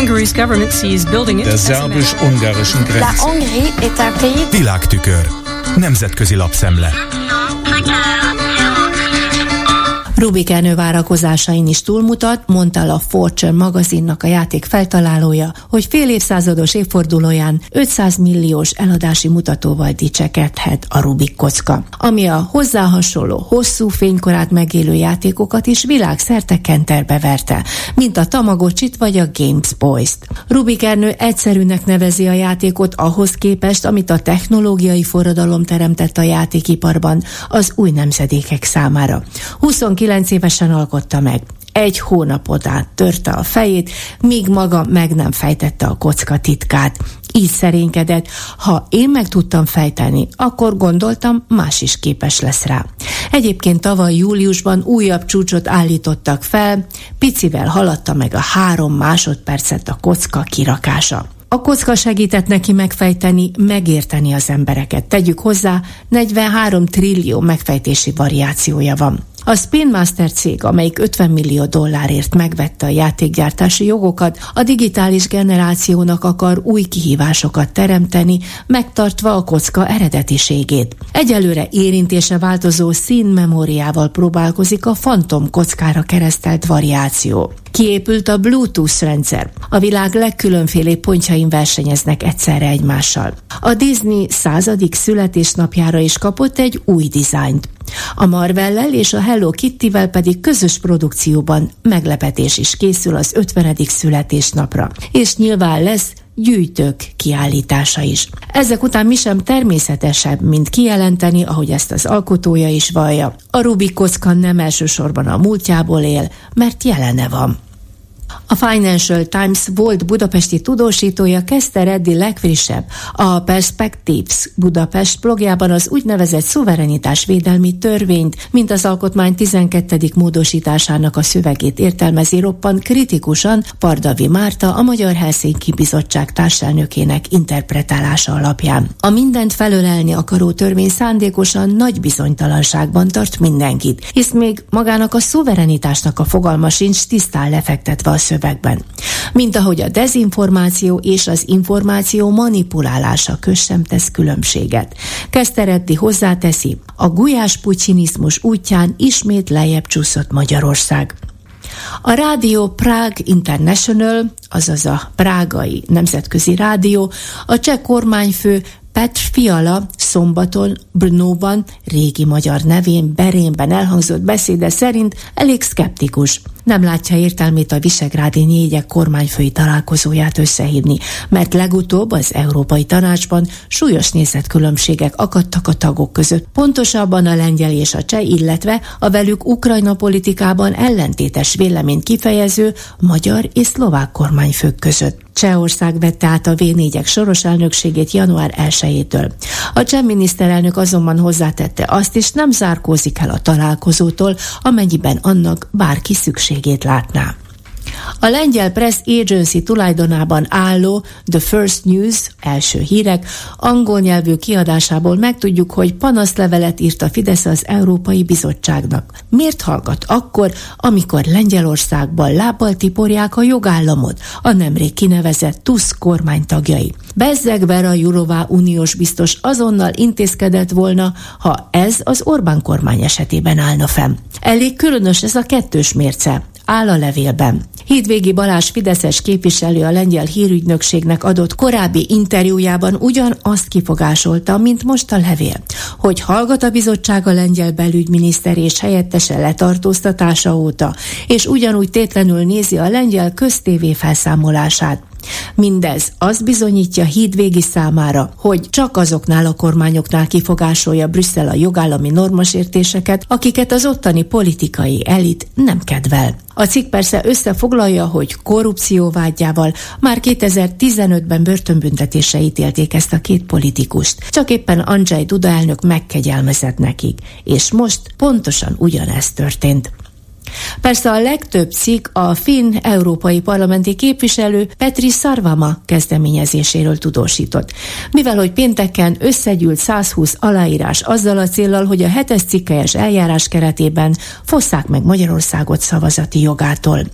Der szerbus-ungarischen Grenze. Világtükör. Nemzetközi lapszemle. Rubik Ernő várakozásain is túlmutat, mondta a Fortune magazinnak a játék feltalálója, hogy fél évszázados évfordulóján 500 milliós eladási mutatóval dicsekedhet a Rubik kocka, ami a hozzá hasonló hosszú fénykorát megélő játékokat is világszerte kenterbe verte, mint a Tamagotchit vagy a Games Boys-t. Rubik Ernő egyszerűnek nevezi a játékot ahhoz képest, amit a technológiai forradalom teremtett a játékiparban az új nemzedékek számára. 29 évesen alkotta meg. Egy hónapot át törte a fejét, míg maga meg nem fejtette a kocka titkát. Így szerénykedett, ha én meg tudtam fejteni, akkor gondoltam, más is képes lesz rá. Egyébként tavaly júliusban újabb csúcsot állítottak fel, picivel haladta meg a 3 másodpercet a kocka kirakása. A kocka segített neki megfejteni, megérteni az embereket. Tegyük hozzá, 43 trillió megfejtési variációja van. A Spin Master cég, amelyik $50 millió megvette a játékgyártási jogokat, a digitális generációnak akar új kihívásokat teremteni, megtartva a kocka eredetiségét. Egyelőre érintése változó színmemóriával próbálkozik a Phantom kockára keresztelt variáció. Kiépült a Bluetooth rendszer. A világ legkülönfélébb pontjain versenyeznek egyszerre egymással. A Disney 100. születésnapjára is kapott egy új dizájnt. A Marvellel és a Hello Kittyvel pedig közös produkcióban meglepetés is készül az 50. születésnapra. És nyilván lesz gyűjtők kiállítása is. Ezek után mi sem természetesebb, mint kijelenteni, ahogy ezt az alkotója is vallja. A Rubik kocka nem elsősorban a múltjából él, mert jelene van. A Financial Times volt budapesti tudósítója Keszter Eddi legfrissebb, a Perspectives Budapest blogjában az úgynevezett szuverenitásvédelmi törvényt, mint az alkotmány 12. módosításának a szövegét értelmezi roppant kritikusan Pardavi Márta, a Magyar Helsinki Bizottság társelnökének interpretálása alapján. A mindent felölelni akaró törvény szándékosan nagy bizonytalanságban tart mindenkit, hisz még magának a szuverenitásnak a fogalma sincs tisztán lefektetve a szövegben. Mint ahogy a dezinformáció és az információ manipulálása köz sem tesz különbséget. Keszter Eddi hozzáteszi, a gulyás-pucsinizmus útján ismét lejjebb csúszott Magyarország. A rádió Prague International, azaz a prágai nemzetközi rádió, a cseh kormányfő Petr Fiala szombaton Brnóban, régi magyar nevén Berénben elhangzott beszéde szerint elég szkeptikus. Nem látja értelmét a visegrádi 4 kormányfői találkozóját összehívni, mert legutóbb az Európai Tanácsban súlyos nézetkülönbségek akadtak a tagok között, pontosabban a lengyel és a cseh, illetve a velük Ukrajna politikában ellentétes véleményt kifejező magyar és szlovák kormányfők között. Csehország vette át a V4-ek soros elnökségét január 1-től. A cseh miniszterelnök azonban hozzátette, azt is nem zárkózik el a találkozótól, amennyiben annak bárki szükségét látná. A lengyel Press Agency tulajdonában álló The First News, első hírek, angol nyelvű kiadásából megtudjuk, hogy panaszlevelet írt a Fidesz az Európai Bizottságnak. Miért hallgat akkor, amikor Lengyelországban lábbal tiporják a jogállamot, a nemrég kinevezett Tusk kormány tagjai? Bezzeg Vera Jourová uniós biztos azonnal intézkedett volna, ha ez az Orbán kormány esetében állna fenn. Elég különös ez a kettős mérce, áll a levélben. Hídvégi Balázs fideszes képviselő a lengyel hírügynökségnek adott korábbi interjújában ugyanazt kifogásolta, mint most a levél, hogy hallgat a bizottság a lengyel belügyminiszter és helyettese letartóztatása óta, és ugyanúgy tétlenül nézi a lengyel köztévé felszámolását. Mindez azt bizonyítja Hídvégi számára, hogy csak azoknál a kormányoknál kifogásolja Brüsszel a jogállami normasértéseket, akiket az ottani politikai elit nem kedvel. A cikk persze összefoglalja, hogy korrupció vádjával már 2015-ben börtönbüntetésre ítélték ezt a két politikust. Csak éppen Andrzej Duda elnök megkegyelmezett nekik, és most pontosan ugyanez történt. Persze a legtöbb cikk a finn európai parlamenti képviselő Petri Sarvamaa kezdeményezéséről tudósított. Mivel hogy pénteken összegyűlt 120 aláírás azzal a céllal, hogy a 7-es cikkelyes eljárás keretében fosszák meg Magyarországot szavazati jogától.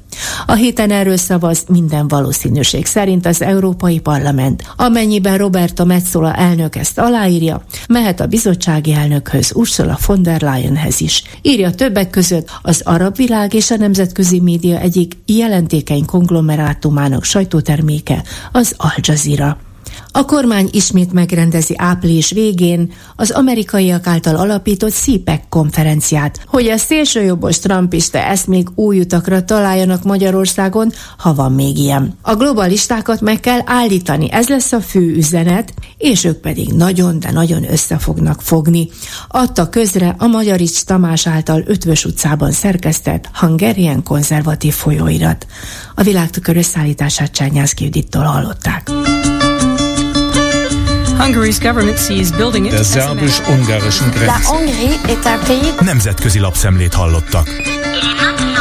A héten erről szavaz minden valószínűség szerint az Európai Parlament. Amennyiben Roberta Metsola elnök ezt aláírja, mehet a bizottsági elnökhöz, Ursula von der Leyenhez is. Írja többek között az arab világ és a nemzetközi média egyik jelentékeny konglomerátumának sajtóterméke, az Al Jazeera. A kormány ismét megrendezi április végén az amerikaiak által alapított CPEC konferenciát, hogy a szélsőjobbos trumpista eszmék új utakra találjanak Magyarországon, ha van még ilyen. A globalistákat meg kell állítani, ez lesz a fő üzenet, és ők pedig nagyon, de nagyon össze fognak fogni. Adta közre a Magyarics Tamás által Ötvös utcában szerkesztett Hungarian konzervatív folyóirat. A világtükör összeállítását Csernyánszky Judittól hallották. Der szerbus-ungarischen Grenze. Nemzetközi lapszemlét hallottak.